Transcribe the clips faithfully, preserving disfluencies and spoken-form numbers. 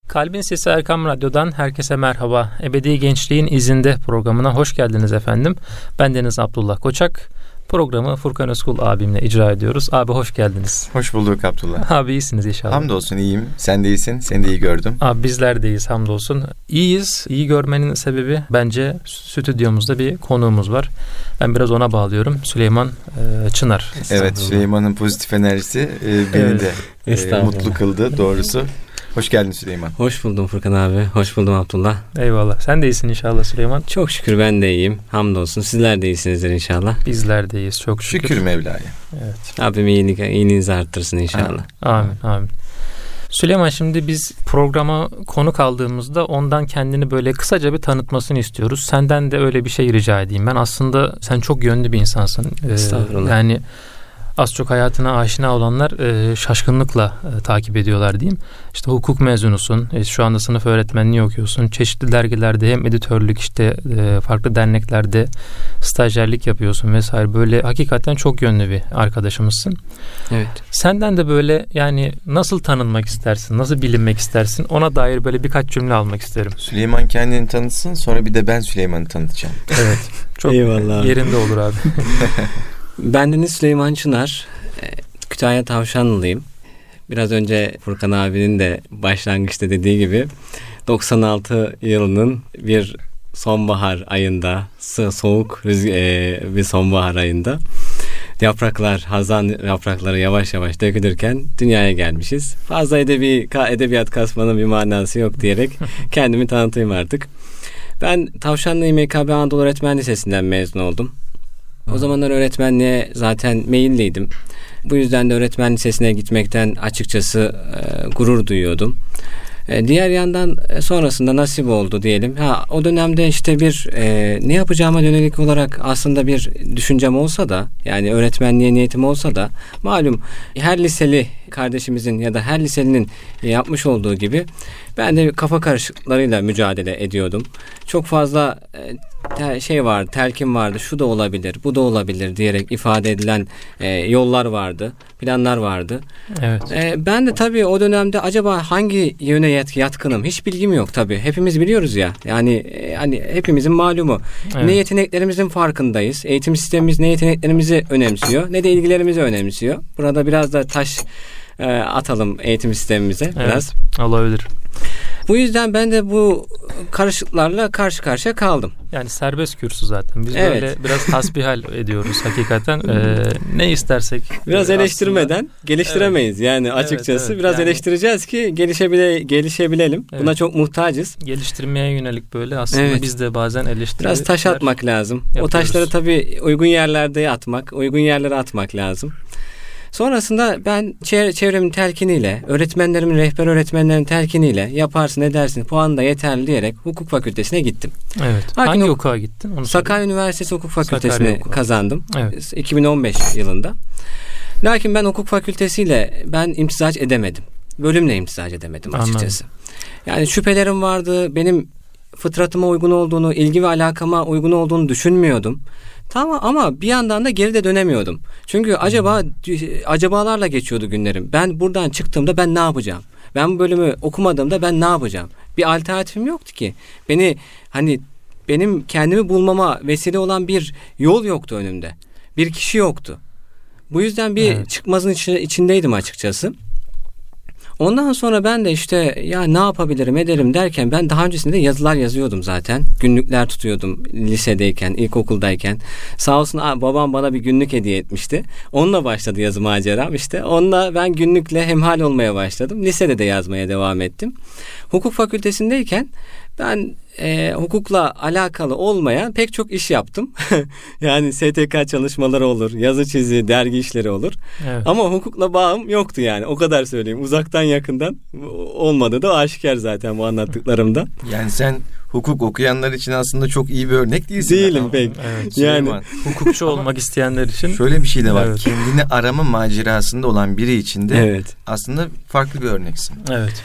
Kalbin Sesi Erkam Radyo'dan herkese merhaba. Ebedi Gençliğin İzinde programına hoş geldiniz efendim. Bendeniz Abdullah Koçak. Programı Furkan Özkul abimle icra ediyoruz. Abi hoş geldiniz. Hoş bulduk Abdullah. Abi iyisiniz inşallah. Hamdolsun iyiyim. Sen de iyisin. Seni de iyi gördüm. Abi bizler de iyiyiz hamdolsun. İyiyiz. İyi görmenin sebebi bence stüdyomuzda bir konuğumuz var. Ben biraz ona bağlıyorum. Süleyman e, Çınar. Evet, Süleyman'ın pozitif enerjisi e, beni Evet. de e, mutlu kıldı doğrusu. Hoş geldin Süleyman. Hoş buldum Furkan abi. Hoş buldum Abdullah. Eyvallah. Sen de iyisin inşallah Süleyman. Çok şükür ben de iyiyim. Hamdolsun. Sizler de iyisinizdir inşallah. Bizler de iyiyiz çok şükür. Şükür Mevla'ya. Evet. Rabbim iyilik, iyiliğinizi arttırsın inşallah. Amin. Amin. Süleyman, şimdi biz programa konuk aldığımızda ondan kendini böyle kısaca bir tanıtmasını istiyoruz. Senden de öyle bir şey rica edeyim. Ben aslında sen çok yönlü bir insansın. Ee, Estağfurullah. Yani az çok hayatına aşina olanlar e, şaşkınlıkla e, takip ediyorlar diyeyim. İşte hukuk mezunusun, e, şu anda sınıf öğretmenliği okuyorsun. Çeşitli dergilerde hem editörlük, işte e, farklı derneklerde stajyerlik yapıyorsun vesaire. Böyle hakikaten çok yönlü bir arkadaşımızsın. Evet. Senden de böyle yani nasıl tanınmak istersin, nasıl bilinmek istersin, ona dair böyle birkaç cümle almak isterim. Süleyman kendini tanıtsın, sonra bir de ben Süleyman'ı tanıtacağım. Evet. Çok Eyvallah. yerinde olur abi. Bendeniz Süleyman Çınar. Kütahya Tavşanlılıyım. Biraz önce Furkan abinin de başlangıçta dediği gibi doksan altı yılının bir sonbahar ayında, soğuk bir sonbahar ayında yapraklar, hazan yaprakları yavaş yavaş dökülürken dünyaya gelmişiz. Fazla edebi, edebiyat kasmanın bir manası yok diyerek kendimi tanıtayım artık. Ben Tavşanlı İ M K B Anadolu Öğretmen Lisesi'nden mezun oldum. O zamanlar öğretmenliğe zaten meyilliydim. Bu yüzden de öğretmen lisesine gitmekten açıkçası e, gurur duyuyordum. E, diğer yandan e, sonrasında nasip oldu diyelim. Ha, o dönemde işte bir e, ne yapacağıma yönelik olarak aslında bir düşüncem olsa da, yani öğretmenliğe niyetim olsa da, malum her liseli kardeşimizin ya da her liselinin yapmış olduğu gibi ben de kafa karışıklarıyla mücadele ediyordum. Çok fazla e, şey vardı, telkin vardı, şu da olabilir, bu da olabilir diyerek ifade edilen e, yollar vardı, planlar vardı. Evet. E, ben de tabii o dönemde acaba hangi yöne yat, yatkınım hiç bilgim yok tabii. Hepimiz biliyoruz ya, yani e, hani hepimizin malumu. Evet. Ne yeteneklerimizin farkındayız. Eğitim sistemimiz ne yeteneklerimizi önemsiyor, ne de ilgilerimizi önemsiyor. Burada biraz da taş e, atalım eğitim sistemimize, evet, biraz. Olabilir. Bu yüzden ben de bu karışıklarla karşı karşıya kaldım. Yani serbest kürsü zaten. Biz evet. böyle biraz hasbihal ediyoruz hakikaten. Ee, ne istersek. Biraz eleştirmeden aslında geliştiremeyiz. Evet. Yani açıkçası evet, evet. biraz yani eleştireceğiz ki gelişebile gelişebilelim. Evet. Buna çok muhtacız. Geliştirmeye yönelik böyle aslında evet. biz de bazen eleştiriyoruz. Biraz taş atmak lazım. Yapıyoruz. O taşları tabii uygun yerlerde atmak, uygun yerlere atmak lazım. Sonrasında ben çevremin telkiniyle, öğretmenlerimin, rehber öğretmenlerin telkiniyle yaparsın edersin, puan da yeterli diyerek hukuk fakültesine gittim. Evet. Hangi, Hangi hukuka gittin? Onu Sakarya Üniversitesi Hukuk Fakültesini kazandım. Evet. iki bin on beş yılında. Lakin ben hukuk fakültesiyle ben imtizac edemedim. Bölümle imtizac edemedim açıkçası. Anladım. Yani şüphelerim vardı. Benim fıtratıma uygun olduğunu, ilgi ve alakama uygun olduğunu düşünmüyordum. Tamam, ama bir yandan da geri de dönemiyordum. Çünkü acaba acabalarla geçiyordu günlerim. Ben buradan çıktığımda ben ne yapacağım? Ben bu bölümü okumadığımda ben ne yapacağım? Bir alternatifim yoktu ki. Beni hani benim kendimi bulmama vesile olan bir yol yoktu önümde. Bir kişi yoktu. Bu yüzden bir evet. çıkmazın içindeydim açıkçası. Ondan sonra ben de işte ya ne yapabilirim ederim derken ben daha öncesinde yazılar yazıyordum zaten. Günlükler tutuyordum lisedeyken, ilkokuldayken. Sağ olsun babam bana bir günlük hediye etmişti. Onunla başladı yazı maceram işte. Onunla ben günlükle hemhal olmaya başladım. Lisede de yazmaya devam ettim. Hukuk fakültesindeyken ben e, hukukla alakalı olmayan pek çok iş yaptım. Yani S T K çalışmaları olur, yazı çizi, dergi işleri olur. Evet. Ama hukukla bağım yoktu yani. O kadar söyleyeyim. Uzaktan yakından olmadı da aşikar zaten bu anlattıklarımda. Yani sen hukuk okuyanlar için aslında çok iyi bir örnek değilsin. Değilim ama. Pek. Evet, yani hukukçu olmak isteyenler için. Şöyle bir şey de var. Evet. Kendini arama macerasında olan biri için de evet. aslında farklı bir örneksin. Evet.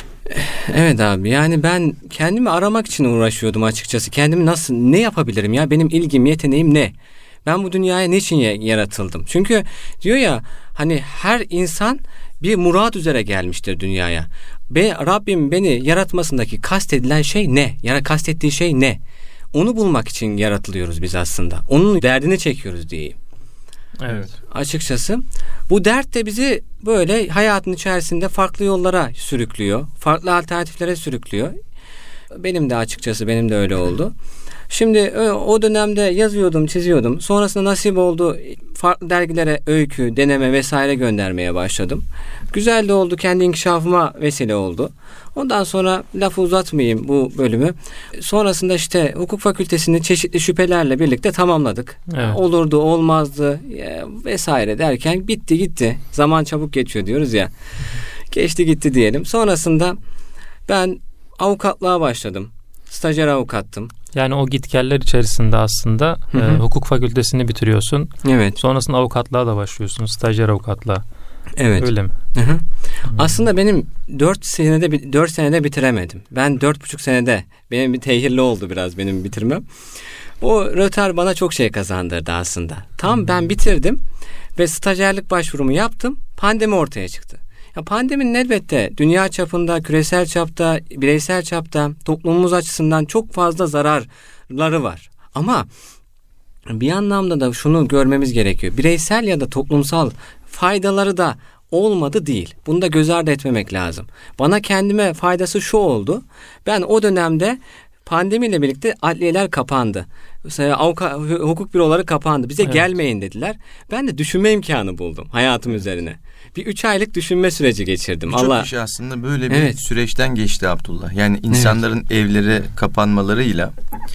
Evet abi, yani ben kendimi aramak için uğraşıyordum açıkçası. Kendimi nasıl, ne yapabilirim ya, benim ilgim, yeteneğim ne? Ben bu dünyaya niçin yaratıldım? Çünkü diyor ya hani her insan bir murat üzere gelmiştir dünyaya. be, Rabbim beni yaratmasındaki kastedilen şey ne? Yani kastettiği şey ne? Onu bulmak için yaratılıyoruz biz aslında. Onun derdini çekiyoruz diyeyim. Evet. Açıkçası bu dert de bizi böyle hayatın içerisinde farklı yollara sürüklüyor. Farklı alternatiflere sürüklüyor. Benim de açıkçası benim de öyle oldu. Şimdi o dönemde yazıyordum, çiziyordum. Sonrasında nasip oldu, farklı dergilere öykü, deneme vesaire göndermeye başladım. Güzel de oldu, kendi inkişafıma vesile oldu. Ondan sonra lafı uzatmayayım bu bölümü. Sonrasında işte hukuk fakültesini çeşitli şüphelerle birlikte tamamladık. Evet. Olurdu, olmazdı vesaire derken bitti gitti. Zaman çabuk geçiyor diyoruz ya. Geçti gitti diyelim. Sonrasında ben avukatlığa başladım. Stajyer avukattım. Yani o gitgeller içerisinde aslında hı hı. E, hukuk fakültesini bitiriyorsun. Evet. Sonrasında avukatlığa da başlıyorsun. Stajyer avukatlığa. Evet. Öyle mi? Hı hı. Aslında benim dört senede dört senede bitiremedim. Ben dört buçuk senede benim bir tehirli oldu biraz benim bitirmem. O rötar bana çok şey kazandırdı aslında. Tam ben bitirdim ve stajyerlik başvurumu yaptım. Pandemi ortaya çıktı. Ya pandeminin elbette dünya çapında, küresel çapta, bireysel çapta toplumumuz açısından çok fazla zararları var. Ama bir anlamda da şunu görmemiz gerekiyor. Bireysel ya da toplumsal faydaları da olmadı değil. Bunu da göz ardı etmemek lazım. Bana kendime faydası şu oldu. Ben o dönemde pandemiyle birlikte adliyeler kapandı. Mesela avukat, hukuk büroları kapandı. Bize evet. gelmeyin dediler. Ben de düşünme imkanı buldum hayatım üzerine. Bir üç aylık düşünme süreci geçirdim. Birçok Allah... kişi aslında böyle bir evet. süreçten geçti Abdullah. Yani insanların evet. evlere kapanmalarıyla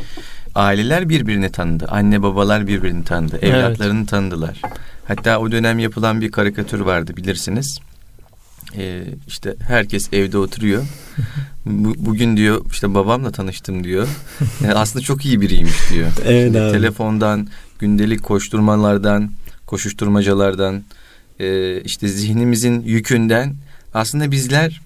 aileler birbirini tanıdı. Anne babalar birbirini tanıdı. Evet. Evlatlarını tanıdılar. Hatta o dönem yapılan bir karikatür vardı bilirsiniz. Ee, işte herkes evde oturuyor. Bu, bugün diyor işte babamla tanıştım diyor. Yani aslında çok iyi biriymiş diyor. Evet abi. Telefondan, gündelik koşturmalardan, koşuşturmacalardan, e, işte zihnimizin yükünden aslında bizler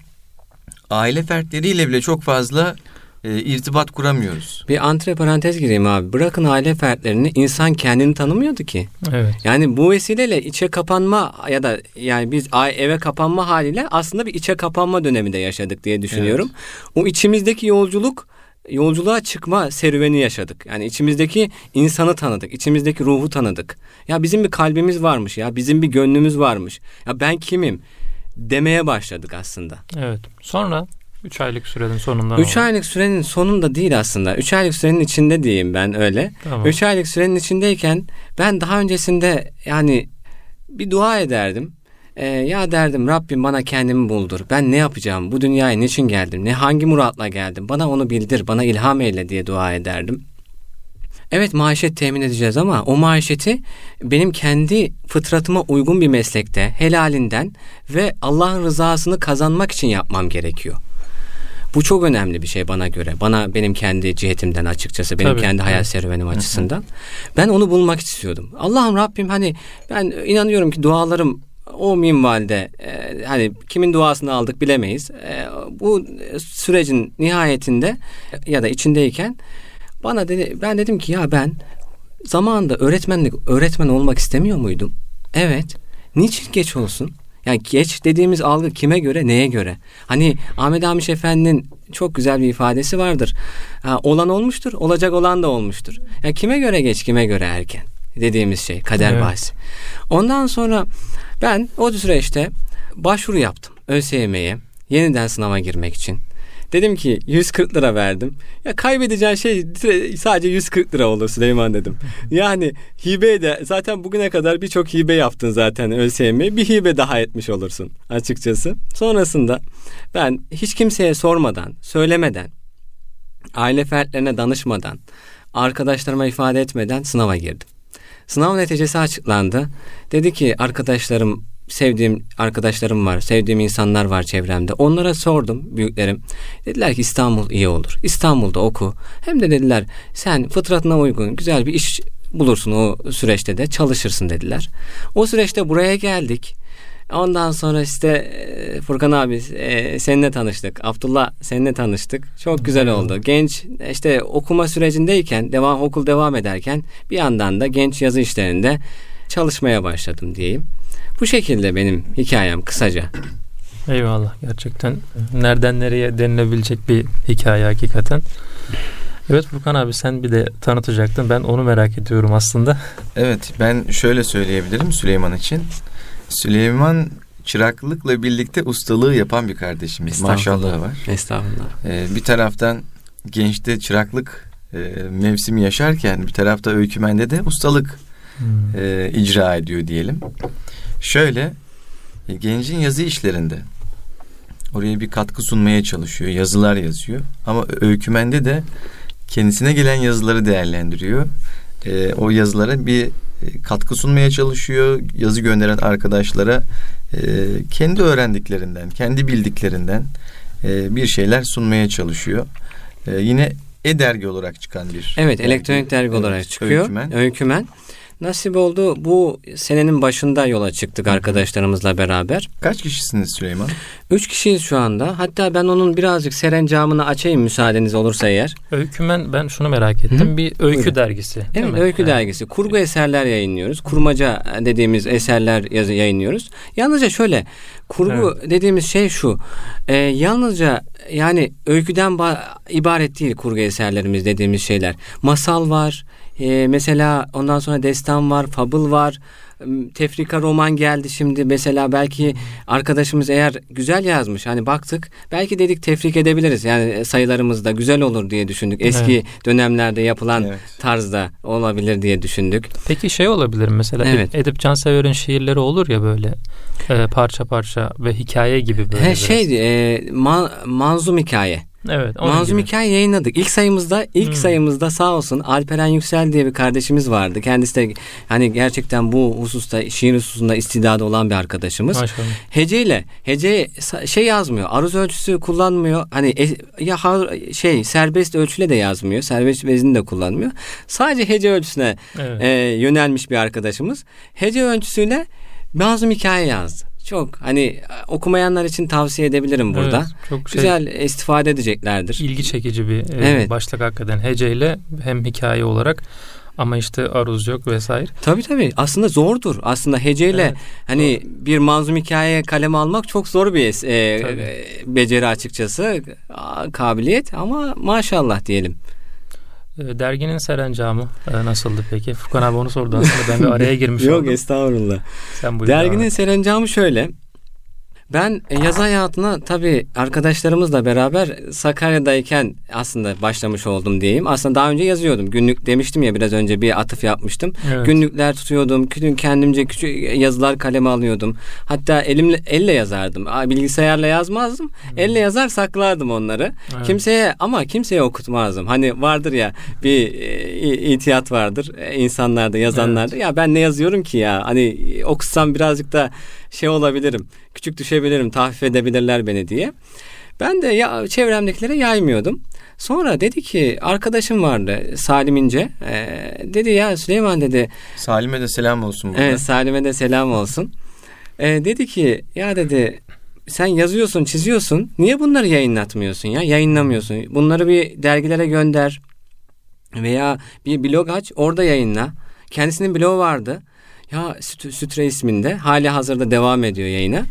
aile fertleriyle bile çok fazla e, irtibat kuramıyoruz. Bir antiparantez gireyim abi. Bırakın aile fertlerini, insan kendini tanımıyordu ki. Evet. Yani bu vesileyle içe kapanma ya da yani biz eve kapanma haliyle aslında bir içe kapanma döneminde yaşadık diye düşünüyorum. Evet. O içimizdeki yolculuk, yolculuğa çıkma serüveni yaşadık. Yani içimizdeki insanı tanıdık, içimizdeki ruhu tanıdık. Ya bizim bir kalbimiz varmış ya, bizim bir gönlümüz varmış. Ya ben kimim demeye başladık aslında. Evet. Sonra üç aylık sürenin sonunda. üç aylık sürenin sonunda değil aslında. üç aylık sürenin içinde diyeyim ben öyle. Tamam. üç aylık sürenin içindeyken ben daha öncesinde yani bir dua ederdim. Ee, ya derdim Rabbim bana kendimi buldur. Ben ne yapacağım? Bu dünyaya niçin geldim? Ne hangi muratla geldim? Bana onu bildir, bana ilham eyle diye dua ederdim. Evet, maişet temin edeceğiz ama o maişeti benim kendi fıtratıma uygun bir meslekte, helalinden ve Allah'ın rızasını kazanmak için yapmam gerekiyor. Bu çok önemli bir şey bana göre. Bana benim kendi cihetimden açıkçası, benim Tabii. kendi hayat serüvenim açısından. Ben onu bulmak istiyordum. Allah'ım Rabbim hani ben inanıyorum ki dualarım o minvalde e, hani kimin duasını aldık bilemeyiz. E, bu sürecin nihayetinde ya da içindeyken bana dedi, ben dedim ki ya ben zamanında öğretmenlik öğretmen olmak istemiyor muydum? Evet. Niçin geç olsun? Yani geç dediğimiz algı kime göre, neye göre? Hani Ahmet Hamiş Efendi'nin çok güzel bir ifadesi vardır. Ha, olan olmuştur, olacak olan da olmuştur. Yani kime göre geç, kime göre erken dediğimiz şey kader evet. bahsi. Ondan sonra ben o süreçte başvuru yaptım ÖSYM'ye yeniden sınava girmek için. Dedim ki yüz kırk lira verdim. Ya kaybedeceğin şey sadece yüz kırk lira olur Süleyman dedim. Yani hibe de zaten bugüne kadar birçok hibe yaptın zaten ÖSYM'ye. Bir hibe daha etmiş olursun açıkçası. Sonrasında ben hiç kimseye sormadan, söylemeden, aile fertlerine danışmadan, arkadaşlarıma ifade etmeden sınava girdim. Sınav neticesi açıklandı. Dedi ki arkadaşlarım, sevdiğim arkadaşlarım var, sevdiğim insanlar var çevremde. Onlara sordum, büyüklerim. Dediler ki İstanbul iyi olur. İstanbul'da oku. Hem de dediler sen fıtratına uygun güzel bir iş bulursun o süreçte de çalışırsın dediler. O süreçte buraya geldik. Ondan sonra işte Furkan abi seninle tanıştık. Abdullah seninle tanıştık. Çok güzel oldu. Genç işte okuma sürecindeyken, devam okul devam ederken bir yandan da genç yazı işlerinde çalışmaya başladım diyeyim. Bu şekilde benim hikayem kısaca. Eyvallah. Gerçekten nereden nereye denilebilecek bir hikaye hakikaten. Evet Furkan abi, sen bir de tanıtacaktın. Ben onu merak ediyorum aslında. Evet, ben şöyle söyleyebilirim Süleyman için. Süleyman çıraklıkla birlikte ustalığı yapan bir kardeşimiz. Maşallahı var. Estağfurullah. Ee, bir taraftan gençte çıraklık e, mevsimi yaşarken bir tarafta öykümende de ustalık hmm. e, icra ediyor diyelim. Şöyle, e, gencin yazı işlerinde oraya bir katkı sunmaya çalışıyor. Yazılar yazıyor. Ama öykümende de kendisine gelen yazıları değerlendiriyor. E, o yazılara bir e, katkı sunmaya çalışıyor. Yazı gönderen arkadaşlara e, kendi öğrendiklerinden, kendi bildiklerinden e, bir şeyler sunmaya çalışıyor. E, yine e-dergi olarak çıkan bir Evet, dergi. elektronik dergi evet, olarak çıkıyor. Öykümen. Öykümen. Nasip oldu, bu senenin başında yola çıktık arkadaşlarımızla beraber. Kaç kişisiniz Süleyman? Üç kişiyiz şu anda. Hatta ben onun birazcık serencamını açayım müsaadeniz olursa eğer. Öykümen, ben şunu merak ettim. Hı? Bir öykü Buyurun. dergisi. Evet, mi? öykü evet. dergisi. Kurgu eserler yayınlıyoruz. Kurmaca dediğimiz eserler yazı yayınlıyoruz. Yalnızca şöyle, kurgu evet. dediğimiz şey şu. E, yalnızca yani öyküden ba- ibaret değil kurgu eserlerimiz dediğimiz şeyler. Masal var. Ee, mesela ondan sonra destan var, fabıl var, tefrika roman geldi şimdi. Mesela belki arkadaşımız eğer güzel yazmış, hani baktık, belki dedik tefrik edebiliriz. Yani sayılarımızda güzel olur diye düşündük. Eski evet. dönemlerde yapılan evet. tarzda olabilir diye düşündük. Peki şey olabilir mesela, evet. Edip Cansever'in şiirleri olur ya böyle e, parça parça ve hikaye gibi böyle. He, şey e, ma- manzum hikaye. Evet. Manzum gibi. Hikaye yayınladık. İlk sayımızda, ilk hmm. sayımızda sağ olsun Alperen Yüksel diye bir kardeşimiz vardı. Kendisi de hani gerçekten bu hususta, şiir hususunda istidadı olan bir arkadaşımız. Maşallah. Heceyle, hece şey yazmıyor. Aruz ölçüsü kullanmıyor. Hani ya şey serbest ölçüyle de yazmıyor. Serbest vezini de kullanmıyor. Sadece hece ölçüsüne evet. e, yönelmiş bir arkadaşımız. Hece ölçüsüyle manzum hikaye yazdı. Çok hani okumayanlar için tavsiye edebilirim burada. Evet, çok şey, güzel istifade edeceklerdir. İlgi çekici bir evet. e, başlık hakikaten, heceyle hem hikaye olarak ama işte aruz yok vesaire. Tabii tabii. Aslında zordur. Aslında heceyle evet, hani doğru. bir manzum hikaye kaleme almak çok zor bir e, e, beceri açıkçası, kabiliyet, ama maşallah diyelim. Derginin serencamı nasıldı peki? Furkan abi onu sordu aslında. Ben bir araya girmiş Yok, oldum. Yok estağfurullah. Sen Derginin abi. serencamı şöyle. Ben yazı hayatına tabii arkadaşlarımızla beraber Sakarya'dayken aslında başlamış oldum diyeyim. Aslında daha önce yazıyordum. Günlük demiştim ya, biraz önce bir atıf yapmıştım. Evet. Günlükler tutuyordum. Kendimce küçük yazılar kaleme alıyordum. Hatta elimle elle yazardım. Bilgisayarla yazmazdım. Hmm. Elle yazar saklardım onları. Evet. Kimseye ama kimseye okutmazdım. Hani vardır ya bir itiyat vardır insanlarda, yazanlarda. Evet. Ya ben ne yazıyorum ki ya? Hani okusam birazcık da şey olabilirim, küçük düşebilirim, tahfif edebilirler beni diye. Ben de ya, çevremdekilere yaymıyordum. Sonra dedi ki, arkadaşım vardı Salim İnce. Ee, dedi ya Süleyman dedi. Salim'e de selam olsun burada. Evet, Salim'e de selam olsun. Ee, dedi ki ya dedi, sen yazıyorsun, çiziyorsun. Niye bunları yayınlatmıyorsun ya? Yayınlamıyorsun. Bunları bir dergilere gönder. Veya bir blog aç, orada yayınla. Kendisinin blogu vardı. Ya Sütre isminde, hali hazırda devam ediyor yayına.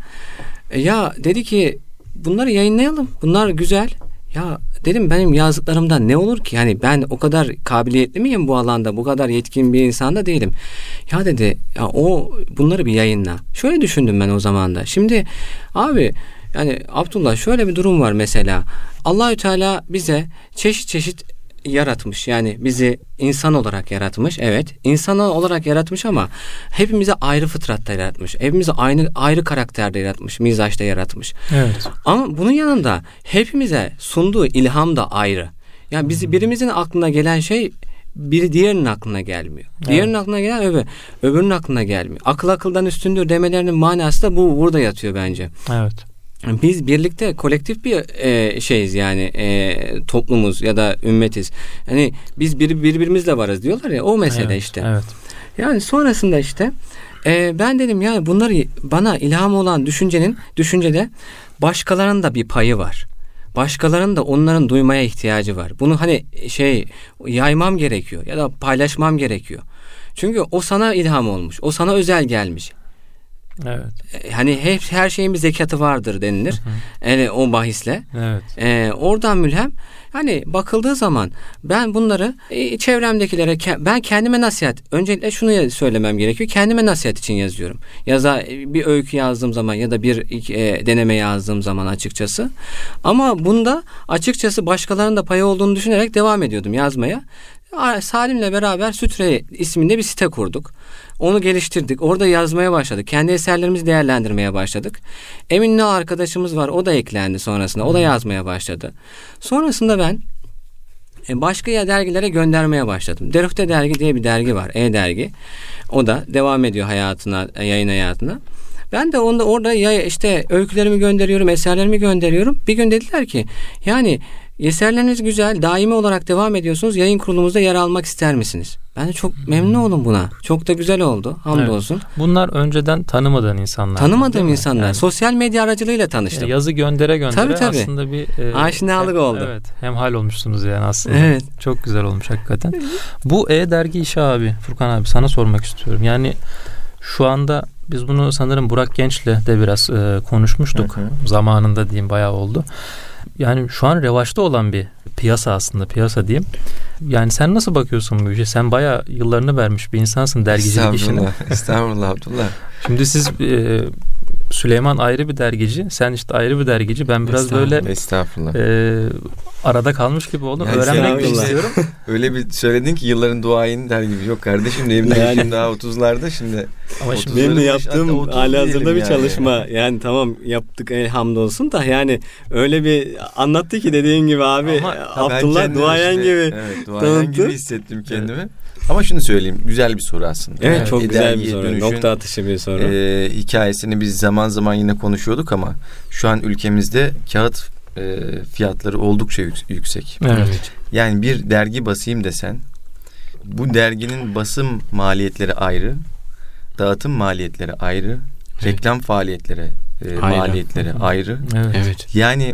E ya dedi ki bunları yayınlayalım. Bunlar güzel. Ya dedim, benim yazdıklarımdan ne olur ki? Yani ben o kadar kabiliyetli miyim bu alanda? Bu kadar yetkin bir insan da değilim. Ya dedi, ya o bunları bir yayınla. Şöyle düşündüm ben o zaman da. Şimdi abi yani Abdullah, şöyle bir durum var mesela. Allahü Teala bize çeşit çeşit yaratmış. Yani bizi insan olarak yaratmış. Evet. İnsan olarak yaratmış ama hepimize ayrı fıtratta yaratmış. Hepimize aynı ayrı karakterde yaratmış. Mizaçta yaratmış. Evet. Ama bunun yanında hepimize sunduğu ilham da ayrı. Yani bizi, birimizin aklına gelen şey biri diğerinin aklına gelmiyor. Evet. Diğerinin aklına gelen öbür, öbürünün aklına gelmiyor. Akıl akıldan üstündür demelerinin manası da bu burada yatıyor bence. Evet. Biz birlikte kolektif bir e, şeyiz yani e, toplumuz ya da ümmetiz. Yani biz bir, birbirimizle varız diyorlar ya, o mesele evet, işte. Evet. Yani sonrasında işte e, ben dedim ya, bunları bana ilham olan düşüncenin düşüncede başkalarının da bir payı var. Başkalarının da onların duymaya ihtiyacı var. Bunu hani şey yaymam gerekiyor ya da paylaşmam gerekiyor. Çünkü o sana ilham olmuş. O sana özel gelmiş. Evet. E, hani hep her şeyin bir zekatı vardır denilir. Hı hı. Yani o bahisle. Evet. E, oradan mülhem. Hani bakıldığı zaman ben bunları e, çevremdekilere ben kendime nasihat, öncelikle şunu söylemem gerekiyor. Kendime nasihat için yazıyorum. Yaza bir öykü yazdığım zaman ya da bir e, deneme yazdığım zaman açıkçası. Ama bunda açıkçası başkalarının da payı olduğunu düşünerek devam ediyordum yazmaya. Salim'le beraber Sütre isminde bir site kurduk. Onu geliştirdik. Orada yazmaya başladık. Kendi eserlerimizi değerlendirmeye başladık. Emin Nal arkadaşımız var. O da eklendi sonrasında. O da yazmaya başladı. Sonrasında ben başka ya dergilere göndermeye başladım. Derufte Dergi diye bir dergi var. E-dergi. O da devam ediyor hayatına, yayın hayatına. Ben de onda orada ya işte öykülerimi gönderiyorum, eserlerimi gönderiyorum. Bir gün dediler ki yani eserleriniz güzel, daimi olarak devam ediyorsunuz. Yayın kurulumuzda yer almak ister misiniz? Ben de çok memnun oldum buna. Çok da güzel oldu. Hamdolsun. Evet. Bunlar önceden tanımadığın insanlar. Tanımadığım insanlar. Yani, sosyal medya aracılığıyla tanıştım. Yazı göndere göndere tabii, tabii. aslında bir e, aşinalık hem, oldu. Evet. Hemhal olmuşsunuz yani aslında. Evet. Çok güzel olmuş hakikaten. Bu e-dergi işi abi, Furkan abi sana sormak istiyorum. Yani şu anda biz bunu sanırım Burak Genç'le de biraz e, konuşmuştuk. Hı hı. Zamanında diyeyim, bayağı oldu. Yani şu an revaçta olan bir piyasa aslında, piyasa diyeyim. Yani sen nasıl bakıyorsun bu işe? Sen bayağı yıllarını vermiş bir insansın dergicilik işine. Estağfurullah Abdullah. Şimdi siz e, Süleyman ayrı bir dergici, sen işte ayrı bir dergici. Ben biraz böyle Estağfurullah. E, arada kalmış gibi oldum. Yani öğrenmek de istiyorum. Öyle bir söyledin ki yılların duayeni der gibi. Yok kardeşim, benim de yaşım daha otuzlarda şimdi. Ama şimdi benim de yaptığım halihazırda bir yani. çalışma. Yani tamam yaptık e, hamdolsun da yani öyle bir anlattı ki dediğin gibi abi. Ama, Abdullah duayen işte, gibi. Evet, duayen gibi hissettim kendimi. Evet. Ama şunu söyleyeyim, güzel bir soru aslında. Evet, çok güzel bir soru. Dönüşün, nokta atışı bir soru. E, hikayesini biz zaman zaman yine konuşuyorduk ama şu an ülkemizde kağıt e, fiyatları oldukça yüksek. Evet. Yani bir dergi basayım desen, bu derginin basım maliyetleri ayrı, dağıtım maliyetleri ayrı, evet. reklam faaliyetleri e, ayrı. maliyetleri ayrı. Evet. evet. Yani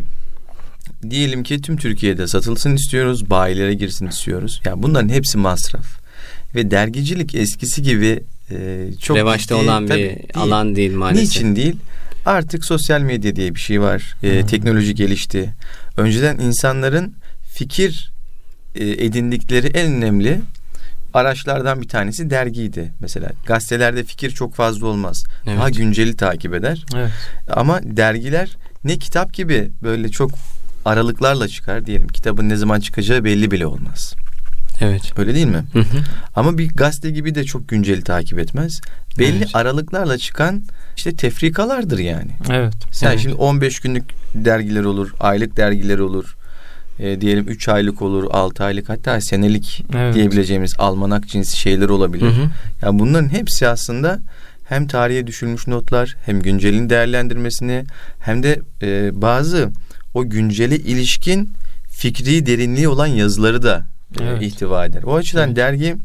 diyelim ki tüm Türkiye'de satılsın istiyoruz, bayilere girsin istiyoruz. Yani bunların hepsi masraf. Ve dergicilik eskisi gibi e, çok revaçta olan bir değil. alan değil maalesef. Niçin değil? Artık sosyal medya diye bir şey var. E, teknoloji gelişti. Önceden insanların fikir e, edindikleri en önemli araçlardan bir tanesi dergiydi. Mesela gazetelerde fikir çok fazla olmaz. Evet. Daha günceli takip eder. Evet. Ama dergiler ne kitap gibi böyle çok aralıklarla çıkar diyelim. Kitabın ne zaman çıkacağı belli bile olmaz. Evet. Öyle değil mi? Hı hı. Ama bir gazete gibi de çok günceli takip etmez. Belli evet. aralıklarla çıkan işte tefrikalardır yani. Evet. Sen evet. şimdi on beş günlük dergiler olur, aylık dergiler olur. E, diyelim üç aylık olur, altı aylık, hatta senelik evet. diyebileceğimiz almanak cinsi şeyler olabilir. Hı hı. Yani bunların hepsi aslında hem tarihe düşülmüş notlar, hem güncelin değerlendirmesini, hem de e, bazı o güncele ilişkin fikri derinliği olan yazıları da evet. e, ihtiva eder. O açıdan evet. dergi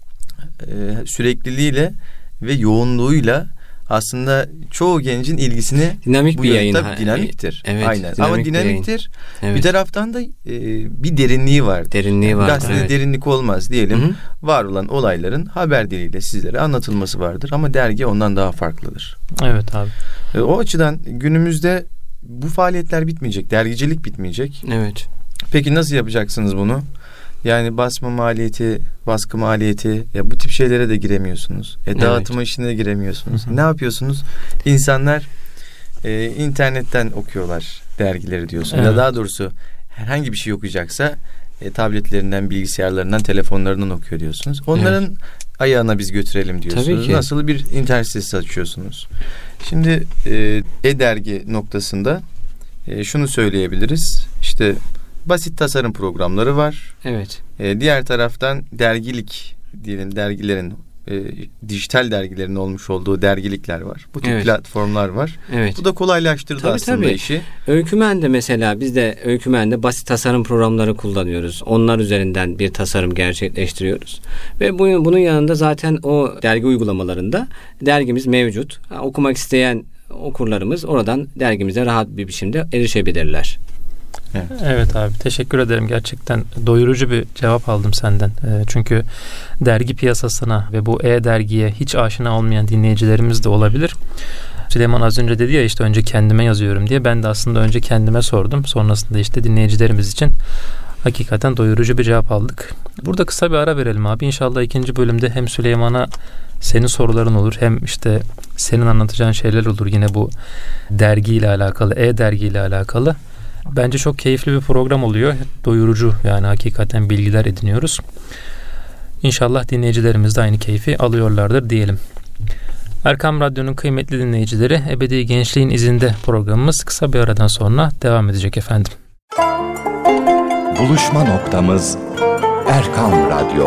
e, sürekliliğiyle ve yoğunluğuyla aslında çoğu gencin ilgisini dinamik bir yayın. Tabii dinamiktir. Evet, aynen. Dinamik ama dinamiktir. Bir, evet. bir taraftan da e, bir derinliği var. Derinliği yani var. Gazetede evet. derinlik olmaz diyelim. Hı-hı. Var olan olayların haber diliyle sizlere anlatılması vardır ama dergi ondan daha farklıdır. Evet abi. E, o açıdan günümüzde bu faaliyetler bitmeyecek. Dergicilik bitmeyecek. Evet. Peki nasıl yapacaksınız bunu? Yani basma maliyeti, baskı maliyeti, ya bu tip şeylere de giremiyorsunuz. E, dağıtma evet. işine de giremiyorsunuz. Hı-hı. Ne yapıyorsunuz? İnsanlar e, internetten okuyorlar dergileri diyorsun. Evet. Ya daha doğrusu herhangi bir şey okuyacaksa e, tabletlerinden, bilgisayarlarından, telefonlarından okuyor diyorsunuz. Onların evet. ayağına biz götürelim diyorsunuz. Nasıl bir internet sitesi açıyorsunuz? Şimdi e, e-dergi noktasında e, şunu söyleyebiliriz. İşte basit tasarım programları var. Evet. Ee, diğer taraftan dergilik diyelim, dergilerin e, dijital dergilerin olmuş olduğu dergilikler var. Bu tip evet. platformlar var. Evet. Bu da kolaylaştırdı tabii, aslında tabii. işi. Öykümen'de mesela biz de Öykümen'de basit tasarım programları kullanıyoruz. Onlar üzerinden bir tasarım gerçekleştiriyoruz. Ve bunun, bunun yanında zaten o dergi uygulamalarında dergimiz mevcut. Okumak isteyen okurlarımız oradan dergimize rahat bir biçimde erişebilirler. Evet. evet abi, teşekkür ederim. Gerçekten doyurucu bir cevap aldım senden. E, çünkü dergi piyasasına ve bu e-dergiye hiç aşina olmayan dinleyicilerimiz de olabilir. Süleyman az önce dedi ya işte önce kendime yazıyorum diye. Ben de aslında önce kendime sordum. Sonrasında işte dinleyicilerimiz için hakikaten doyurucu bir cevap aldık. Burada kısa bir ara verelim abi. İnşallah ikinci bölümde hem Süleyman'a senin soruların olur, hem işte senin anlatacağın şeyler olur yine bu dergiyle alakalı, e-dergiyle alakalı. Bence çok keyifli bir program oluyor. Doyurucu, yani hakikaten bilgiler ediniyoruz. İnşallah dinleyicilerimiz de aynı keyfi alıyorlardır diyelim. Erkam Radyo'nun kıymetli dinleyicileri, Ebedi Gençliğin İzinde programımız kısa bir aradan sonra devam edecek efendim. Buluşma noktamız Erkam Radyo.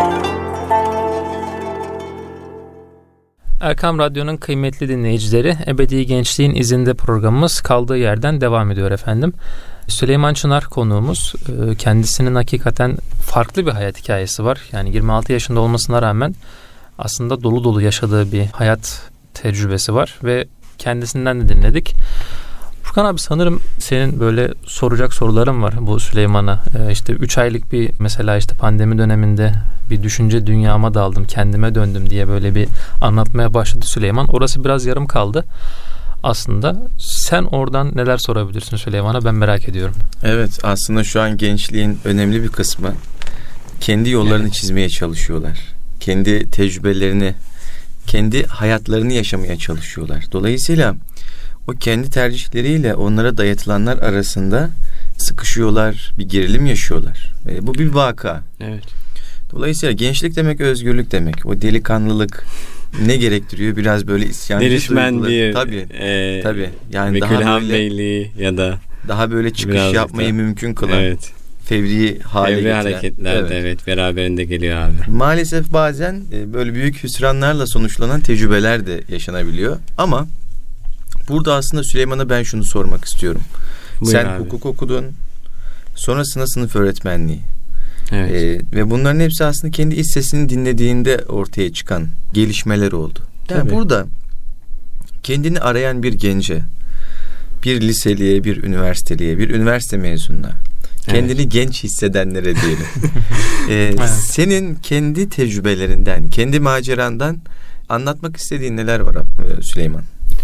Erkam Radyo'nun kıymetli dinleyicileri, Ebedi Gençliğin İzinde programımız kaldığı yerden devam ediyor efendim. Süleyman Çınar konuğumuz. Kendisinin hakikaten farklı bir hayat hikayesi var. Yani yirmi altı yaşında olmasına rağmen aslında dolu dolu yaşadığı bir hayat tecrübesi var ve kendisinden de dinledik. Furkan abi, sanırım senin böyle soracak soruların var bu Süleyman'a. Ee, işte üç aylık bir mesela işte pandemi döneminde bir düşünce dünyama daldım, kendime döndüm diye böyle bir anlatmaya başladı Süleyman. Orası biraz yarım kaldı aslında. Sen oradan neler sorabilirsin Süleyman'a, ben merak ediyorum. Evet, aslında şu an gençliğin önemli bir kısmı kendi yollarını evet. çizmeye çalışıyorlar. Kendi tecrübelerini, kendi hayatlarını yaşamaya çalışıyorlar. Dolayısıyla o kendi tercihleriyle onlara dayatılanlar arasında sıkışıyorlar, bir gerilim yaşıyorlar. E, bu bir vaka. Evet. Dolayısıyla gençlik demek özgürlük demek. O delikanlılık ne gerektiriyor? Biraz böyle isyancı duygular. Tabii. E, tabii. Yani daha böyle Beyliği ya da daha böyle çıkış yapmayı da mümkün kılan. Evet. Fevri hale Fevri getiren. hareketler evet. de evet beraberinde geliyor abi. Maalesef bazen böyle büyük hüsranlarla sonuçlanan tecrübeler de yaşanabiliyor. Ama burada aslında Süleyman'a ben şunu sormak istiyorum. Buyur Sen abi. Hukuk okudun. Sonrasında sınıf öğretmenliği. Evet. Ee, ve bunların hepsi aslında kendi iç sesini dinlediğinde ortaya çıkan gelişmeler oldu. Yani Tabii. burada kendini arayan bir gence, bir liseliye, bir üniversiteliye, bir üniversite mezununa, kendini evet. genç hissedenlere diyelim. ee, evet. Senin kendi tecrübelerinden, kendi macerandan anlatmak istediğin neler var Süleyman?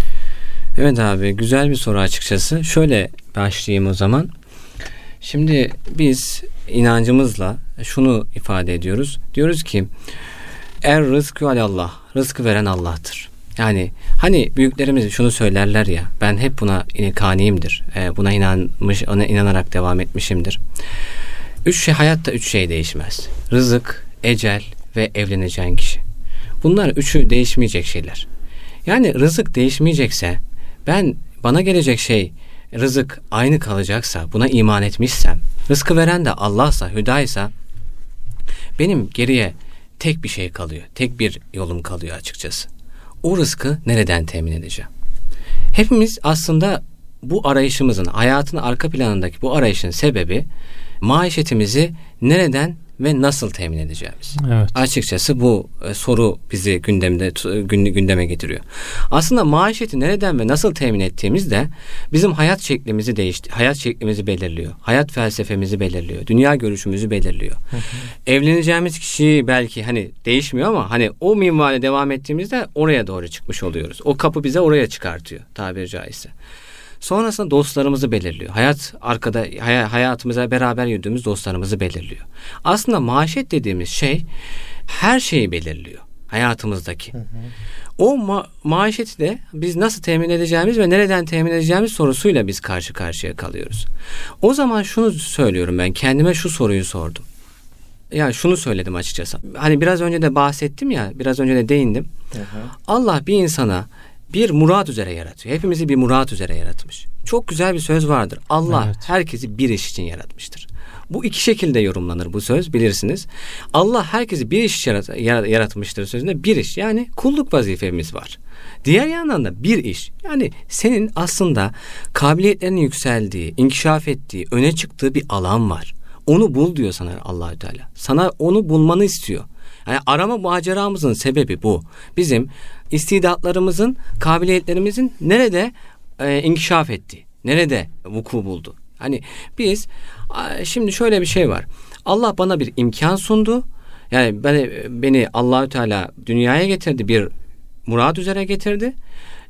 Evet abi, güzel bir soru açıkçası. Şöyle başlayayım o zaman. Şimdi biz inancımızla şunu ifade ediyoruz. Diyoruz ki er rızkü alallah. Rızkı veren Allah'tır. Yani hani büyüklerimiz şunu söylerler ya, ben hep buna kaniyimdir. Buna inanmış, ona inanarak devam etmişimdir. Üç şey, hayatta üç şey değişmez. Rızık, ecel ve evleneceğin kişi. Bunlar üçü değişmeyecek şeyler. Yani rızık değişmeyecekse, ben bana gelecek şey rızık aynı kalacaksa, buna iman etmişsem, rızkı veren de Allah'sa, hüdaysa, benim geriye tek bir şey kalıyor. Tek bir yolum kalıyor açıkçası. O rızkı nereden temin edeceğim? Hepimiz aslında bu arayışımızın, hayatın arka planındaki bu arayışın sebebi, maişetimizi nereden ve nasıl temin edeceğimiz. Evet. Açıkçası bu e, soru bizi gündemde gündeme getiriyor. Aslında maişeti nereden ve nasıl temin ettiğimiz de bizim hayat şeklimizi değişti, hayat şeklimizi belirliyor. Hayat felsefemizi belirliyor. Dünya görüşümüzü belirliyor. Hı hı. Evleneceğimiz kişi belki hani değişmiyor ama hani o minvalde devam ettiğimizde oraya doğru çıkmış oluyoruz. O kapı bize oraya çıkartıyor tabiri caizse. Sonrasında dostlarımızı belirliyor. Hayat arkada hay- hayatımıza beraber yürüdüğümüz dostlarımızı belirliyor. Aslında maişet dediğimiz şey her şeyi belirliyor hayatımızdaki. Hı hı. O ma- maişeti de biz nasıl temin edeceğimiz ve nereden temin edeceğimiz sorusuyla biz karşı karşıya kalıyoruz. O zaman şunu söylüyorum, ben kendime şu soruyu sordum. Ya şunu söyledim açıkçası. Hani biraz önce de bahsettim ya, biraz önce de değindim. Hı hı. Allah bir insana bir murat üzere yaratıyor. Hepimizi bir murat üzere yaratmış. Çok güzel bir söz vardır. Allah evet. herkesi bir iş için yaratmıştır. Bu iki şekilde yorumlanır bu söz, bilirsiniz. Allah herkesi bir iş yarat- yaratmıştır sözünde, bir iş. Yani kulluk vazifemiz var. Diğer yandan da bir iş. Yani senin aslında kabiliyetlerinin yükseldiği, inkişaf ettiği, öne çıktığı bir alan var. Onu bul diyor sana Allah-u Teala. Sana onu bulmanı istiyor. Yani arama maceramızın sebebi bu. Bizim istidatlarımızın, kabiliyetlerimizin nerede e, inkişaf ettiği, nerede vuku buldu. Hani biz şimdi şöyle bir şey var. Allah bana bir imkan sundu. Yani beni, beni Allah-u Teala dünyaya getirdi, bir murad üzere getirdi.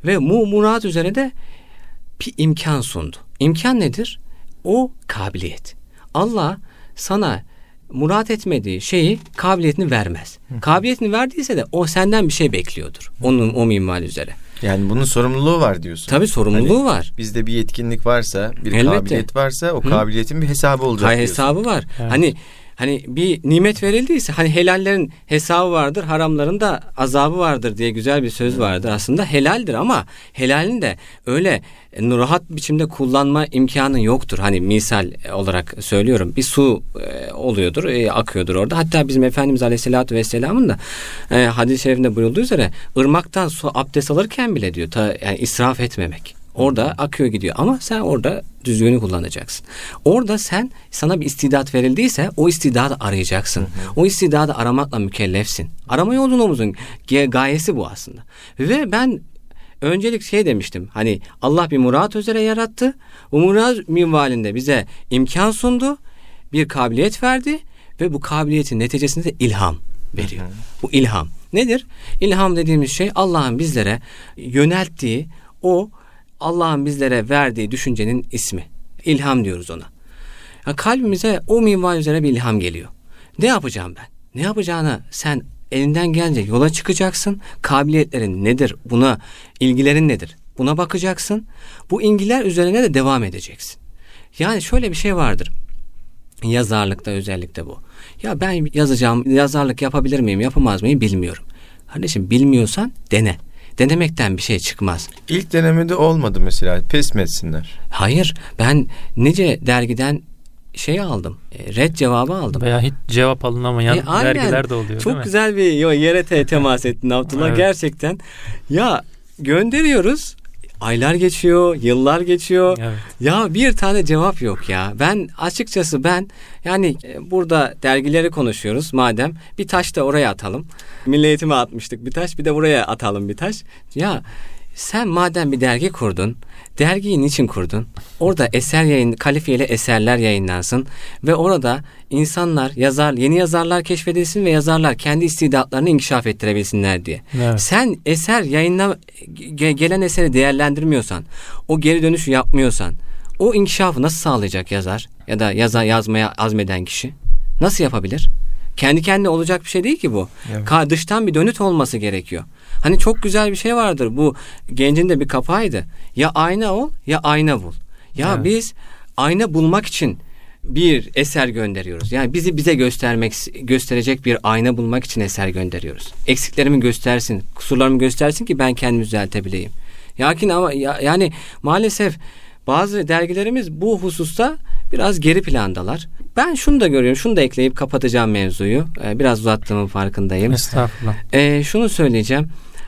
Ve bu murat üzere de bir imkan sundu. İmkan nedir? O kabiliyet. Allah sana murat etmediği şeyi, kabiliyetini vermez. Hı. Kabiliyetini verdiyse de o senden bir şey bekliyordur. Onun o minval üzere. Yani bunun sorumluluğu var diyorsun. Tabii sorumluluğu hani var. Bizde bir yetkinlik varsa, bir Elbette. kabiliyet varsa o Hı. kabiliyetin bir hesabı olacak Hayır, diyorsun. hesabı var. Evet. Hani hani bir nimet verildiyse hani helallerin hesabı vardır, haramların da azabı vardır diye güzel bir söz vardır. Aslında helaldir ama helalin de öyle rahat biçimde kullanma imkanı yoktur. Hani misal olarak söylüyorum. Bir su e, oluyordur, e, akıyordur orada. Hatta bizim Efendimiz Aleyhisselatü Vesselam'ın da e, hadis-i şerifinde buyurduğu üzere ırmaktan su abdest alırken bile diyor ta, yani israf etmemek. Orada akıyor gidiyor ama sen orada düzgünü kullanacaksın. Orada sen sana bir istidat verildiyse o istidadı arayacaksın. Hı hı. O istidadı aramakla mükellefsin. Arama yolculuğumuzun gayesi bu aslında. Ve ben öncelik şey demiştim. Hani Allah bir murat üzere yarattı. O murat minvalinde bize imkan sundu. Bir kabiliyet verdi ve bu kabiliyetin neticesinde de ilham veriyor. Hı hı. Bu ilham nedir? İlham dediğimiz şey Allah'ın bizlere yönelttiği o Allah'ın bizlere verdiği düşüncenin ismi. İlham diyoruz ona. Yani kalbimize o minval üzere bir ilham geliyor. Ne yapacağım ben? Ne yapacağını sen elinden gelince yola çıkacaksın. Kabiliyetlerin nedir? Buna ilgilerin nedir? Buna bakacaksın. Bu ilgiler üzerine de devam edeceksin. Yani şöyle bir şey vardır. Yazarlıkta özellikle bu. Ya ben yazacağım, yazarlık yapabilir miyim, yapamaz mıyım bilmiyorum. Kardeşim bilmiyorsan dene. Denemekten bir şey çıkmaz. İlk denemede olmadı mesela. Pes mi etsinler? Hayır. Ben nice dergiden şey aldım. E, red cevabı aldım. Veya hiç cevap alınamayan e, dergiler de oluyor. Çok değil mi? güzel bir yo, yere te- temas ettin Abdullah. Evet. Gerçekten. Ya gönderiyoruz. Aylar geçiyor, yıllar geçiyor. Evet. Ya bir tane cevap yok ya. Ben açıkçası ben yani burada dergileri konuşuyoruz madem bir taş da oraya atalım. Milli Eğitim'e atmıştık bir taş, bir de buraya atalım bir taş. Ya sen madem bir dergi kurdun, dergiyi niçin kurdun? Orada eser yayın, kalifiyeli eserler yayınlansın ve orada insanlar, yazar, yeni yazarlar keşfedilsin ve yazarlar kendi istidatlarını inkişaf ettirebilsinler diye. Evet. Sen eser yayınla gelen eseri değerlendirmiyorsan, o geri dönüşü yapmıyorsan, o inkişafı nasıl sağlayacak yazar ya da yaza yazmaya azmeden kişi? Nasıl yapabilir? Kendi kendine olacak bir şey değil ki bu. Evet. Dıştan bir dönüt olması gerekiyor. Hani çok güzel bir şey vardır. Bu Genc'in de bir kapağıydı. Ya ayna ol ya ayna bul. Ya evet. Biz ayna bulmak için bir eser gönderiyoruz. Yani bizi bize göstermek gösterecek bir ayna bulmak için eser gönderiyoruz. Eksiklerimi göstersin, kusurlarımı göstersin ki ben kendimi düzeltebileyim. Lakin ama ya, yani maalesef bazı dergilerimiz bu hususta biraz geri plandalar. Ben şunu da görüyorum, şunu da ekleyip kapatacağım mevzuyu. Ee, biraz uzattığımın farkındayım. Estağfurullah. Ee, şunu söyleyeceğim.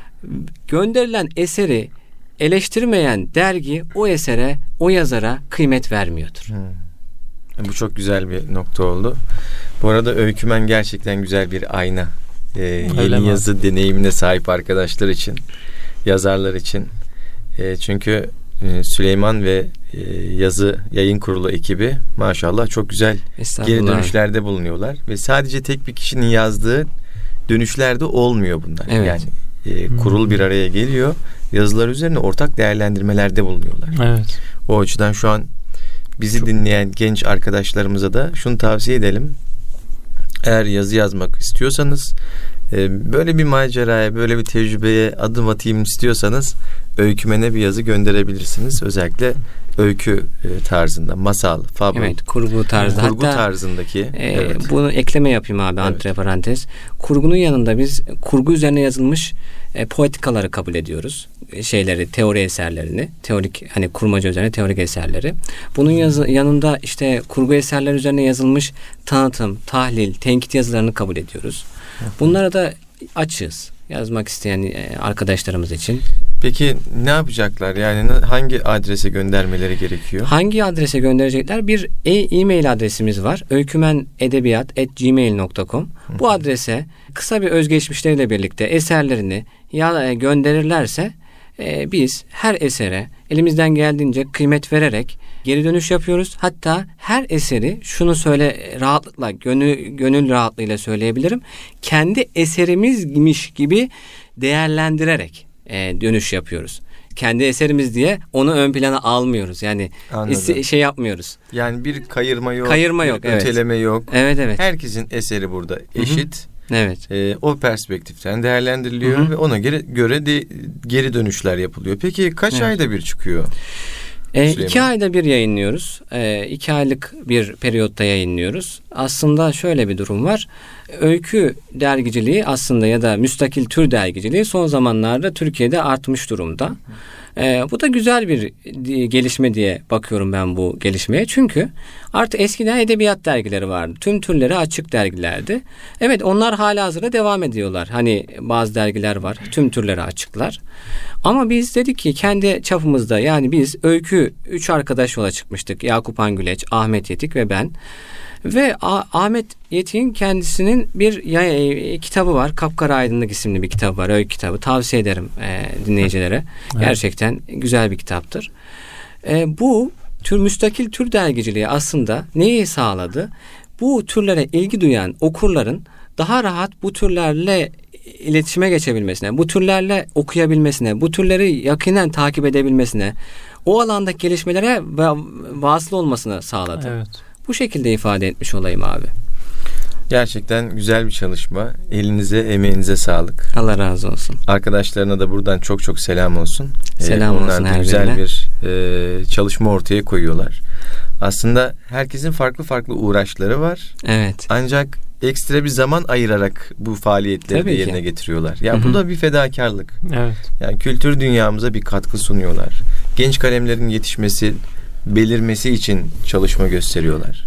Gönderilen eseri eleştirmeyen dergi o esere, o yazara kıymet vermiyordur. Hmm. Bu çok güzel bir nokta oldu. Bu arada Öykümen gerçekten güzel bir ayna. Ee, yeni yazı deneyimine sahip arkadaşlar için, yazarlar için. Ee, çünkü Süleyman ve yazı yayın kurulu ekibi maşallah çok güzel geri dönüşlerde bulunuyorlar ve sadece tek bir kişinin yazdığı dönüşlerde olmuyor bunlar. Evet. Yani e, kurul bir araya geliyor, yazılar üzerine ortak değerlendirmelerde bulunuyorlar. Evet. O açıdan şu an bizi çok dinleyen genç arkadaşlarımıza da şunu tavsiye edelim. Eğer yazı yazmak istiyorsanız, böyle bir maceraya, böyle bir tecrübeye adım atayım istiyorsanız Öykümen'e bir yazı gönderebilirsiniz. Özellikle öykü tarzında, masal, fabul. Evet, kurgu tarzı. Kurgu Hatta, tarzındaki. E, evet. Bunu ekleme yapayım abi, evet. Antiparantez. Kurgunun yanında biz kurgu üzerine yazılmış e, poetikaları kabul ediyoruz. Şeyleri, teori eserlerini, teorik hani kurmaca üzerine teorik eserleri. Bunun yazı, yanında işte kurgu eserler üzerine yazılmış tanıtım, tahlil, tenkit yazılarını kabul ediyoruz. Bunlara da açığız. Yazmak isteyen arkadaşlarımız için. Peki ne yapacaklar? Yani hangi adrese göndermeleri gerekiyor? Hangi adrese gönderecekler? Bir e-mail adresimiz var. öykümenedebiyat at gmail nokta com. Bu adrese kısa bir özgeçmişleriyle birlikte eserlerini ya gönderirlerse e, biz her esere elimizden geldiğince kıymet vererek geri dönüş yapıyoruz. Hatta her eseri şunu söyle rahatlıkla, gönül, gönül rahatlığıyla söyleyebilirim. Kendi eserimizmiş gibi değerlendirerek e, dönüş yapıyoruz. kendi eserimiz diye onu ön plana almıyoruz. Yani iste, şey yapmıyoruz. Yani bir kayırma yok. Kayırma yok, evet. Öteleme yok. Evet, evet. Herkesin eseri burada eşit. Hı-hı. Evet. E, o perspektiften değerlendiriliyor, hı hı, ve ona göre göre de geri dönüşler yapılıyor. Peki kaç evet. ayda bir çıkıyor? E, iki ayda bir yayınlıyoruz. E, iki aylık bir periyotta yayınlıyoruz. Aslında şöyle bir durum var. Öykü dergiciliği aslında ya da müstakil tür dergiciliği son zamanlarda Türkiye'de artmış durumda. E, bu da güzel bir gelişme diye bakıyorum ben bu gelişmeye. Çünkü artık eskiden edebiyat dergileri vardı. Tüm türlere açık dergilerdi. Evet, onlar halihazırda devam ediyorlar. Hani bazı dergiler var. Tüm türlere açıklar. Ama biz dedik ki kendi çapımızda, yani biz öykü üç arkadaş yola çıkmıştık. Yakup Angüleç, Ahmet Yetik ve ben. Ve A- Ahmet Yetik'in kendisinin bir ya, e, kitabı var. Kapkara Aydınlık isimli bir kitabı var. Öykü kitabı. Tavsiye ederim e, dinleyicilere. Evet. Gerçekten güzel bir kitaptır. E, bu tür müstakil tür dergiciliği aslında neyi sağladı? Bu türlere ilgi duyan okurların daha rahat bu türlerle iletişime geçebilmesine, bu türlerle okuyabilmesine, bu türleri yakinen takip edebilmesine, o alandaki gelişmelere vasıl olmasına sağladı. Evet. Bu şekilde ifade etmiş olayım abi. Gerçekten güzel bir çalışma. Elinize, emeğinize sağlık. Allah razı olsun. Arkadaşlarına da buradan çok çok selam olsun. Selam ee, olsun onlar da her güzel birine. bir e, çalışma ortaya koyuyorlar. Aslında herkesin farklı farklı uğraşları var. Evet. Ancak ekstra bir zaman ayırarak bu faaliyetleri Tabii de yerine ki. getiriyorlar. Ya Hı-hı. bu da bir fedakarlık. Evet. Yani kültür dünyamıza bir katkı sunuyorlar. Genç kalemlerin yetişmesi, belirmesi için çalışma gösteriyorlar.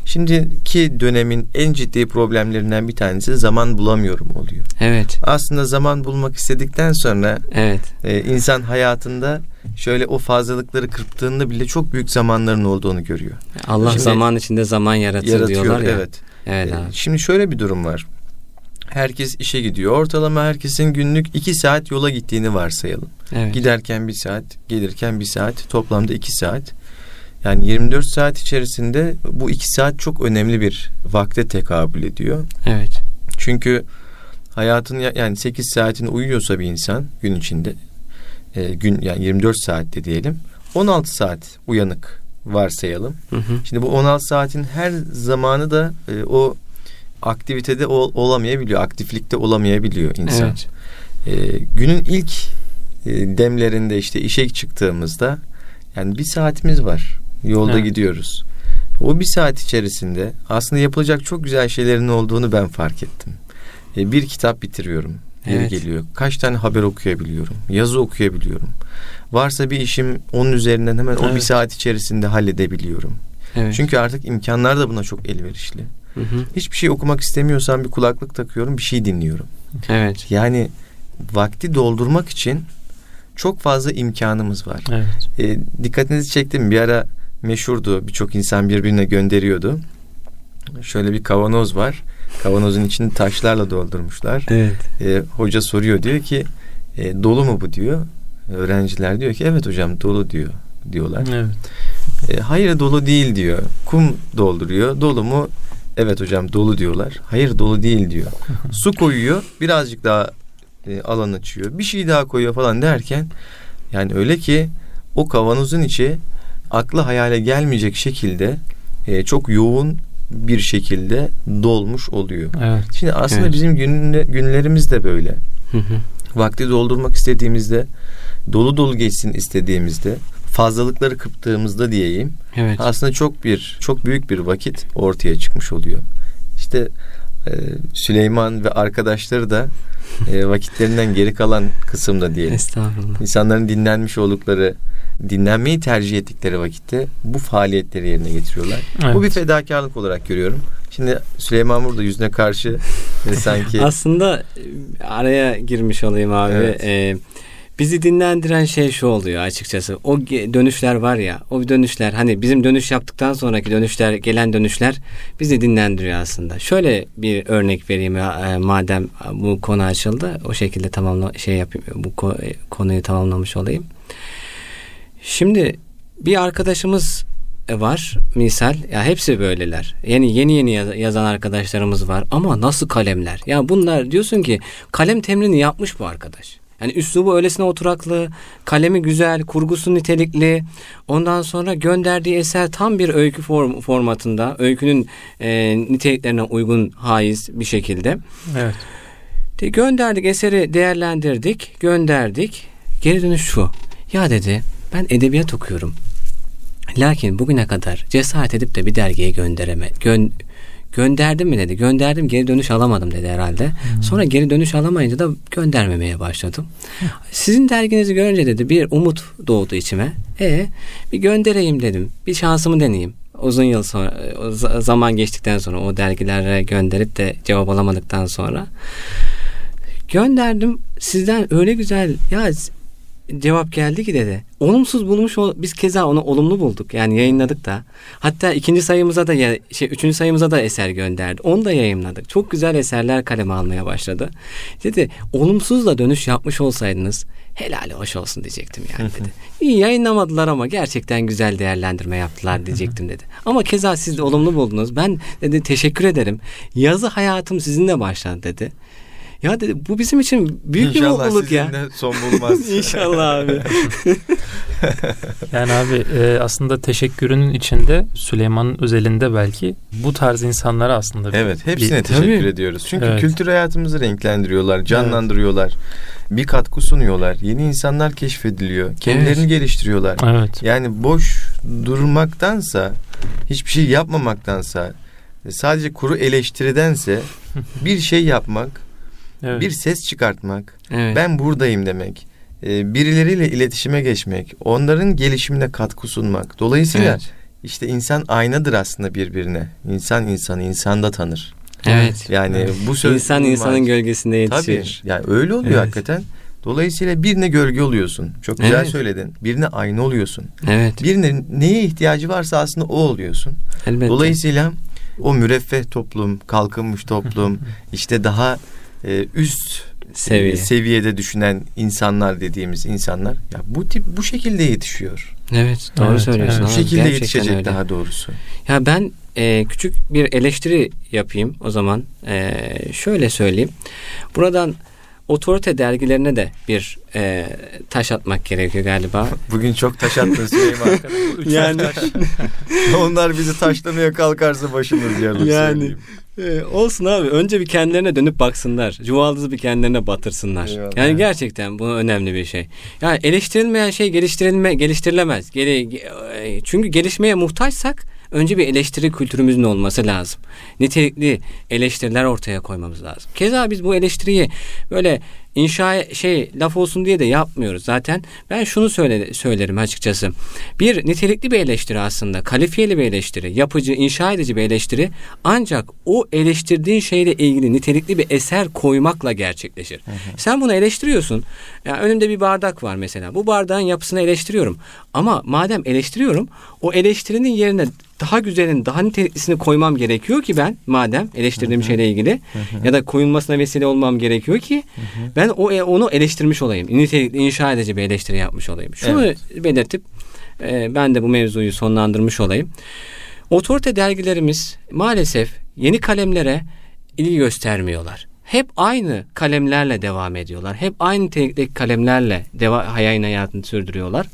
Şimdiki dönemin en ciddi problemlerinden bir tanesi zaman bulamıyorum oluyor. Evet. Aslında zaman bulmak istedikten sonra evet. e, insan hayatında şöyle o fazlalıkları kırptığında bile çok büyük zamanların olduğunu görüyor. Allah Şimdi, zaman içinde zaman yaratır yaratıyor, diyorlar ya. Evet. Evet e, abi. Şimdi şöyle bir durum var. Herkes işe gidiyor. Ortalama herkesin günlük iki saat yola gittiğini varsayalım. Evet. Giderken bir saat, gelirken bir saat, toplamda iki saat. Yani yirmi dört saat içerisinde bu iki saat çok önemli bir vakte tekabül ediyor. Evet. Çünkü hayatın yani sekiz saatini uyuyorsa bir insan gün içinde, e, gün yani yirmi dört saatte diyelim, on altı saat uyanık varsayalım. Hı hı. Şimdi bu on altı saatin her zamanı da e, o aktivitede ol, olamayabiliyor, aktiflikte olamayabiliyor insan. Evet. E, günün ilk e, demlerinde işte işe çıktığımızda yani bir saatimiz var. Yolda evet. gidiyoruz. O bir saat içerisinde aslında yapılacak çok güzel şeylerin olduğunu ben fark ettim. E, bir kitap bitiriyorum. Yeri evet. geliyor. Kaç tane haber okuyabiliyorum. Yazı okuyabiliyorum. Varsa bir işim onun üzerinden hemen evet. o bir saat içerisinde halledebiliyorum. Evet. Çünkü artık imkanlar da buna çok elverişli. Hı hı. Hiçbir şey okumak istemiyorsam bir kulaklık takıyorum, bir şey dinliyorum. Evet. Yani vakti doldurmak için çok fazla imkanımız var. Evet. E, dikkatinizi çektim. Bir ara meşhurdu. Birçok insan birbirine gönderiyordu. Şöyle bir kavanoz var. Kavanozun içini taşlarla doldurmuşlar. Evet. E, hoca soruyor, diyor ki e, dolu mu bu diyor. Öğrenciler diyor ki evet hocam dolu diyor diyorlar. Evet. E, hayır dolu değil diyor. Kum dolduruyor. Dolu mu? Evet hocam dolu diyorlar. Hayır dolu değil diyor. Su koyuyor. Birazcık daha e, alan açıyor. Bir şey daha koyuyor falan derken yani öyle ki o kavanozun içi aklı hayale gelmeyecek şekilde e, çok yoğun bir şekilde dolmuş oluyor. Evet. Şimdi aslında evet. bizim günle, günlerimiz de böyle. Hı hı. Vakti doldurmak istediğimizde, dolu dolu geçsin istediğimizde, fazlalıkları kırptığımızda diyeyim. Evet. Aslında çok bir çok büyük bir vakit ortaya çıkmış oluyor. İşte e, Süleyman ve arkadaşları da e, vakitlerinden geri kalan kısımda diyelim. Estağfurullah. İnsanların dinlenmiş oldukları, dinlenmeyi tercih ettikleri vakitte bu faaliyetleri yerine getiriyorlar. Evet. Bu bir fedakarlık olarak görüyorum. Şimdi Süleyman burada yüzüne karşı e, sanki... Aslında araya girmiş olayım abi. Evet. Ee, bizi dinlendiren şey şu oluyor açıkçası. O dönüşler var ya, o dönüşler hani bizim dönüş yaptıktan sonraki dönüşler, gelen dönüşler bizi dinlendiriyor aslında. Şöyle bir örnek vereyim e, madem bu konu açıldı. O şekilde tamamla şey yapayım, bu konuyu tamamlamış olayım. Şimdi bir arkadaşımız var misal, ya hepsi böyleler. Yeni yeni yeni yazan arkadaşlarımız var ama nasıl kalemler? Ya bunlar diyorsun ki kalem temrini yapmış bu arkadaş. Yani üslubu öylesine oturaklı, kalemi güzel, kurgusu nitelikli. Ondan sonra gönderdiği eser tam bir öykü form, formatında. Öykünün e, niteliklerine uygun, haiz bir şekilde. Evet. De, gönderdik, eseri değerlendirdik, gönderdik. Geri dönüş şu. Ya dedi, ben edebiyat okuyorum. Lakin bugüne kadar cesaret edip de bir dergiye göndereme, gön, gönderdim mi dedi. Gönderdim, geri dönüş alamadım dedi herhalde. Hmm. Sonra geri dönüş alamayınca da göndermemeye başladım. Hmm. Sizin derginizi görünce dedi bir umut doğdu içime. E bir göndereyim dedim. Bir şansımı deneyeyim. Uzun yıl sonra, zaman geçtikten sonra, o dergilere gönderip de cevap alamadıktan sonra gönderdim. Sizden öyle güzel ya cevap geldi ki dedi. Olumsuz bulmuş, biz keza onu olumlu bulduk. Yani yayınladık da. Hatta ikinci sayımıza da ya, şey üçüncü sayımıza da eser gönderdi. Onu da yayınladık. Çok güzel eserler kaleme almaya başladı. Dedi olumsuzla dönüş yapmış olsaydınız helali hoş olsun diyecektim yani dedi. İyi yayınlamadılar ama gerçekten güzel değerlendirme yaptılar diyecektim dedi. Ama keza siz de olumlu buldunuz. Ben dedi teşekkür ederim. Yazı hayatım sizinle başladı dedi. Ya dedi bu bizim için büyük İnşallah bir mutluluk ya. İnşallah son bulmaz. İnşallah abi. Yani abi e, aslında teşekkürün içinde Süleyman'ın özelinde belki bu tarz insanlara aslında. Evet, hepsine bir, teşekkür tabii. ediyoruz. Çünkü evet. kültür hayatımızı renklendiriyorlar, canlandırıyorlar. Evet. Bir katkı sunuyorlar. Yeni insanlar keşfediliyor. Kendilerini evet. geliştiriyorlar. Evet. Yani boş durmaktansa, hiçbir şey yapmamaktansa, sadece kuru eleştiridense bir şey yapmak, evet. bir ses çıkartmak, evet. ben buradayım demek, e, birileriyle iletişime geçmek, onların gelişimine katkı sunmak. Dolayısıyla evet. işte insan aynadır aslında birbirine. İnsan insanı insanda tanır. Evet. Yani evet. bu söz İnsan insanın gölgesinde yetişir. Tabii. Yani öyle oluyor evet. hakikaten. Dolayısıyla birine gölge oluyorsun. Çok güzel evet. söyledin. Birine ayna oluyorsun. Evet. Birinin neye ihtiyacı varsa aslında o oluyorsun. Elbette. Dolayısıyla o müreffeh toplum, kalkınmış toplum, işte daha e, üst Seviye. seviyede düşünen insanlar dediğimiz insanlar ya bu tip bu şekilde yetişiyor. Evet, doğru evet, söylüyorsun. Evet. Bu şekilde gerçekten yetişecek öyle. Daha doğrusu. Ya ben e, küçük bir eleştiri yapayım o zaman. E, şöyle söyleyeyim. Buradan otorite dergilerine de bir e, taş atmak gerekiyor galiba. Bugün çok taş attın Süleyman. Yani onlar bizi taşlamaya kalkarsa başımız yarılır. Yani e, olsun abi. Önce bir kendilerine dönüp baksınlar. Çuvaldızı bir kendilerine batırsınlar. Eyvallah. Yani gerçekten bu önemli bir şey. Yani eleştirilmeyen şey geliştirilme geliştirilemez. Gele, çünkü gelişmeye muhtaçsak önce bir eleştiri kültürümüzün olması lazım. Nitelikli eleştiriler ortaya koymamız lazım. Keza biz bu eleştiriyi böyle inşa şey laf olsun diye de yapmıyoruz zaten. Ben şunu söyle, söylerim açıkçası. Bir nitelikli bir eleştiri aslında, kalifiyeli bir eleştiri, yapıcı, inşa edici bir eleştiri ancak o eleştirdiğin şeyle ilgili nitelikli bir eser koymakla gerçekleşir. Hı hı. Sen bunu eleştiriyorsun. Yani önümde bir bardak var mesela. Bu bardağın yapısını eleştiriyorum. Ama madem eleştiriyorum, o eleştirinin yerine daha güzelin, daha niteliklisini koymam gerekiyor ki ben madem eleştirdiğim hı hı. şeyle ilgili hı hı. ya da koyulmasına vesile olmam gerekiyor ki hı hı. ben o onu eleştirmiş olayım. Nitelikli, inşa edici bir eleştiri yapmış olayım. Şunu evet. belirtip e, ben de bu mevzuyu sonlandırmış olayım. Otorite dergilerimiz maalesef yeni kalemlere ilgi göstermiyorlar. Hep aynı kalemlerle devam ediyorlar. Hep aynı nitelikteki kalemlerle deva, yayın hayatını sürdürüyorlar.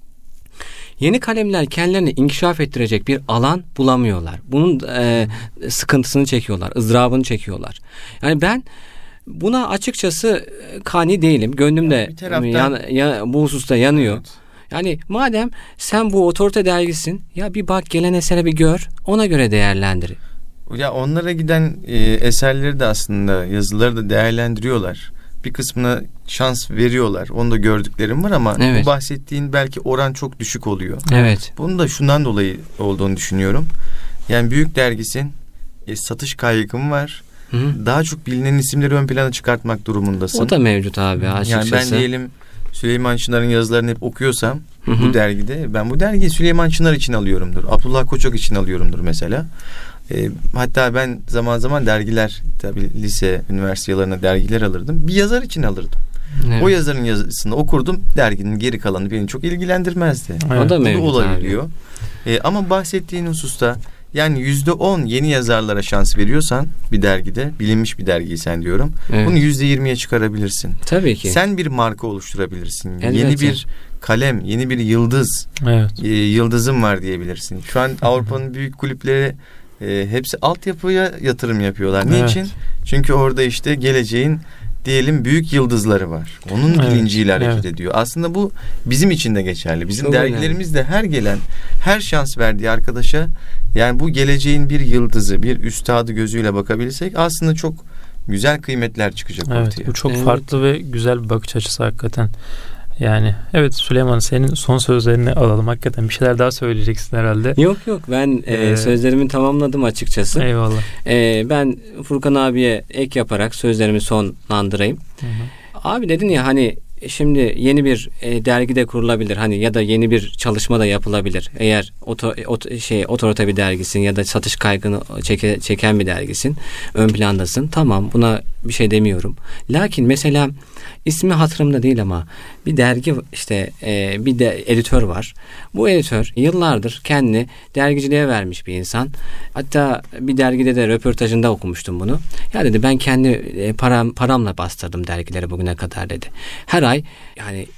Yeni kalemler kendilerini inkişaf ettirecek bir alan bulamıyorlar. Bunun e, sıkıntısını çekiyorlar, ızdırabını çekiyorlar. Yani ben buna açıkçası kani değilim. Gönlüm de taraftan... yan, yan, bu hususta yanıyor. Evet. Yani madem sen bu otorite dergisin, ya bir bak gelen esere bir gör, ona göre değerlendir. Ya onlara giden e, eserleri de aslında yazıları da değerlendiriyorlar. Bir kısmına şans veriyorlar. Onu da gördüklerim var ama evet. bu bahsettiğin belki oran çok düşük oluyor. Evet. Bunun da şundan dolayı olduğunu düşünüyorum. Yani büyük dergisin, e, satış kaygım var. Hı-hı. Daha çok bilinen isimleri ön plana çıkartmak durumundasın. O da mevcut abi açıkçası. Yani ben diyelim Süleyman Çınar'ın yazılarını hep okuyorsam Hı-hı. bu dergide, ben bu dergiyi Süleyman Çınar için alıyorumdur. Abdullah Koçok için alıyorumdur mesela. E, hatta ben zaman zaman dergiler, tabii lise, üniversite yıllarında dergiler alırdım. Bir yazar için alırdım. Evet. O yazarın yazısını okurdum. Derginin geri kalanı beni çok ilgilendirmezdi. Evet. O da mevcut olabiliyor. E, ama bahsettiğin hususta Yani yüzde on yeni yazarlara şans veriyorsan bir dergide, bilinmiş bir dergiysen diyorum. Evet. Bunu yüzde yirmiye çıkarabilirsin. Tabii ki. Sen bir marka oluşturabilirsin. Elbette. Yeni bir kalem, yeni bir yıldız. Evet. E, yıldızım var diyebilirsin. Şu an Avrupa'nın büyük kulüpleri e, hepsi altyapıya yatırım yapıyorlar. Niçin? Evet. Çünkü orada işte geleceğin diyelim büyük yıldızları var. Onun evet, bilinciyle hareket evet. ediyor. Aslında bu bizim için de geçerli. Bizim çok dergilerimizde her gelen, her şans verdiği arkadaşa yani bu geleceğin bir yıldızı, bir üstadı gözüyle bakabilirsek aslında çok güzel kıymetler çıkacak evet, ortaya. Bu çok evet. farklı ve güzel bir bakış açısı hakikaten. Yani evet Süleyman, senin son sözlerini alalım. Hakikaten bir şeyler daha söyleyeceksin herhalde. Yok yok ben ee, e, sözlerimi tamamladım açıkçası. Eyvallah. E, ben Furkan abiye ek yaparak sözlerimi sonlandırayım. Hı hı. Abi dedin ya hani şimdi yeni bir e, dergi de kurulabilir hani ya da yeni bir çalışma da yapılabilir. Eğer oto, ot, şey otorite bir dergisin ya da satış kaygını çeke, çeken bir dergisin, ön plandasın. Tamam, buna bir şey demiyorum. Lakin mesela ismi hatırımda değil ama bir dergi işte e, bir de editör var. Bu editör yıllardır kendini dergiciliğe vermiş bir insan. Hatta bir dergide de röportajında okumuştum bunu. Ya dedi ben kendi e, param paramla bastırdım dergileri bugüne kadar dedi. Her ay yani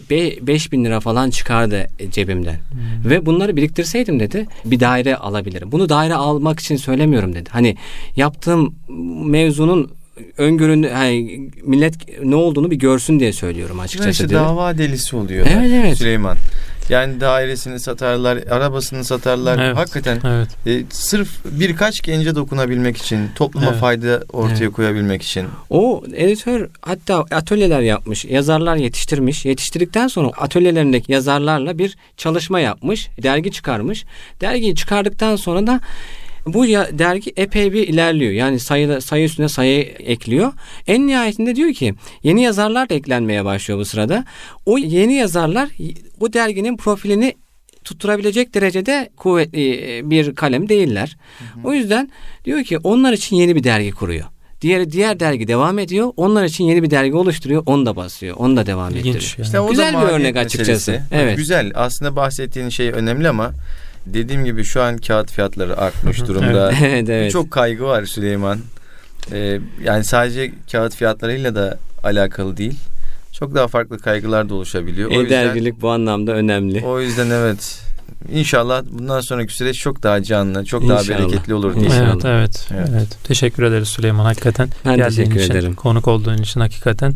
beş bin lira falan çıkardı cebimden. Hmm. Ve bunları biriktirseydim dedi bir daire alabilirim. Bunu daire almak için söylemiyorum dedi. Hani yaptığım mevzunun öngörünü hani millet ne olduğunu bir görsün diye söylüyorum açıkçası. İşte diyor. Dava delisi oluyor. Evet, evet. Süleyman. Yani dairesini satarlar, arabasını satarlar. Evet, hakikaten evet. E, sırf birkaç gence dokunabilmek için, topluma evet. fayda ortaya evet. koyabilmek için. O editör hatta atölyeler yapmış, yazarlar yetiştirmiş. Yetiştirdikten sonra atölyelerindeki yazarlarla bir çalışma yapmış, dergi çıkarmış. Dergiyi çıkardıktan sonra da bu ya, dergi epey bir ilerliyor. Yani sayı, sayı üstüne sayı ekliyor. En nihayetinde diyor ki yeni yazarlar da eklenmeye başlıyor bu sırada. O yeni yazarlar o derginin profilini tutturabilecek derecede kuvvetli bir kalem değiller. Hı hı. O yüzden diyor ki onlar için yeni bir dergi kuruyor. Diğer diğer dergi devam ediyor. Onlar için yeni bir dergi oluşturuyor. Onu da basıyor. Onu da devam İlginç ettiriyor. yani. İşte o güzel bir örnek açıkçası. Meselesi. Evet. Güzel. Aslında bahsettiğin şey önemli ama dediğim gibi şu an kağıt fiyatları artmış durumda. Evet, evet. Çok kaygı var Süleyman. Ee, yani sadece kağıt fiyatlarıyla da alakalı değil. Çok daha farklı kaygılar da oluşabiliyor. O E-dergilik yüzden, bu anlamda önemli. O yüzden evet. İnşallah bundan sonraki süreç çok daha canlı, çok daha İnşallah. bereketli olur diye. Evet, evet, evet, evet. Teşekkür ederiz Süleyman hakikaten. Ben teşekkür için, ederim. Konuk olduğun için hakikaten.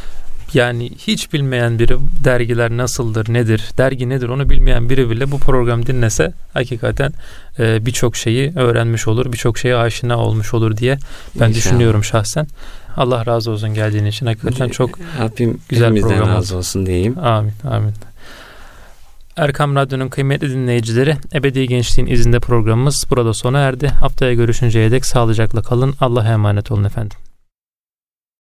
Yani hiç bilmeyen biri dergiler nasıldır, nedir, dergi nedir onu bilmeyen biri bile bu program dinlese hakikaten e, birçok şeyi öğrenmiş olur, birçok şeye aşina olmuş olur diye ben İnşallah. düşünüyorum şahsen. Allah razı olsun geldiğin için. Hakikaten çok Rabbim güzel bir program razı olsun diyeyim. Amin, amin. Erkam Radyo'nun kıymetli dinleyicileri, Ebedi Gençliğin izinde programımız burada sona erdi. Haftaya görüşünceye dek sağlıcakla kalın. Allah'a emanet olun efendim.